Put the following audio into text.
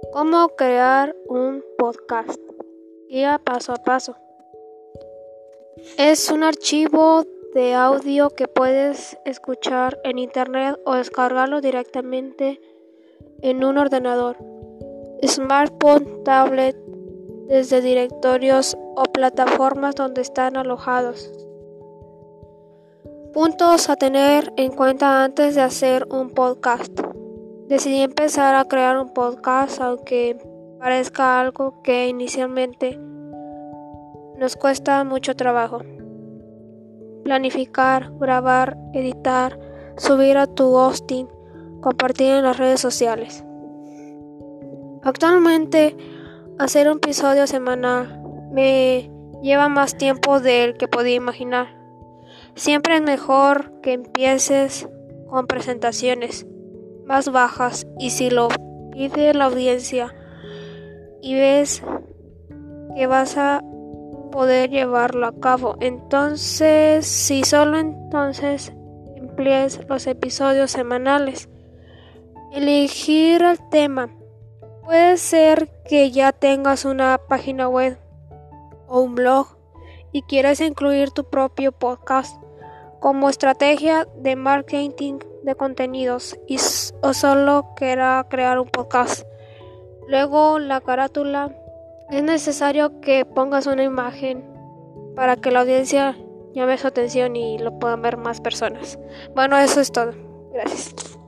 ¿Cómo crear un podcast? Guía paso a paso. Es un archivo de audio que puedes escuchar en internet o descargarlo directamente en un ordenador, smartphone, tablet, desde directorios o plataformas donde están alojados. Puntos a tener en cuenta antes de hacer un podcast. Decidí empezar a crear un podcast, aunque parezca algo que inicialmente nos cuesta mucho trabajo. Planificar, grabar, editar, subir a tu hosting, compartir en las redes sociales. Actualmente, hacer un episodio semanal me lleva más tiempo del que podía imaginar. Siempre es mejor que empieces con presentaciones más bajas, y si lo pide la audiencia y ves que vas a poder llevarlo a cabo, entonces emplees los episodios semanales. Elegir el tema. Puede ser que ya tengas una página web o un blog y quieras incluir tu propio podcast como estrategia de marketing de contenidos o solo quiera crear un podcast. Luego, la carátula. Es necesario que pongas una imagen para que la audiencia llame su atención y lo puedan ver más personas. Bueno, eso es todo. Gracias.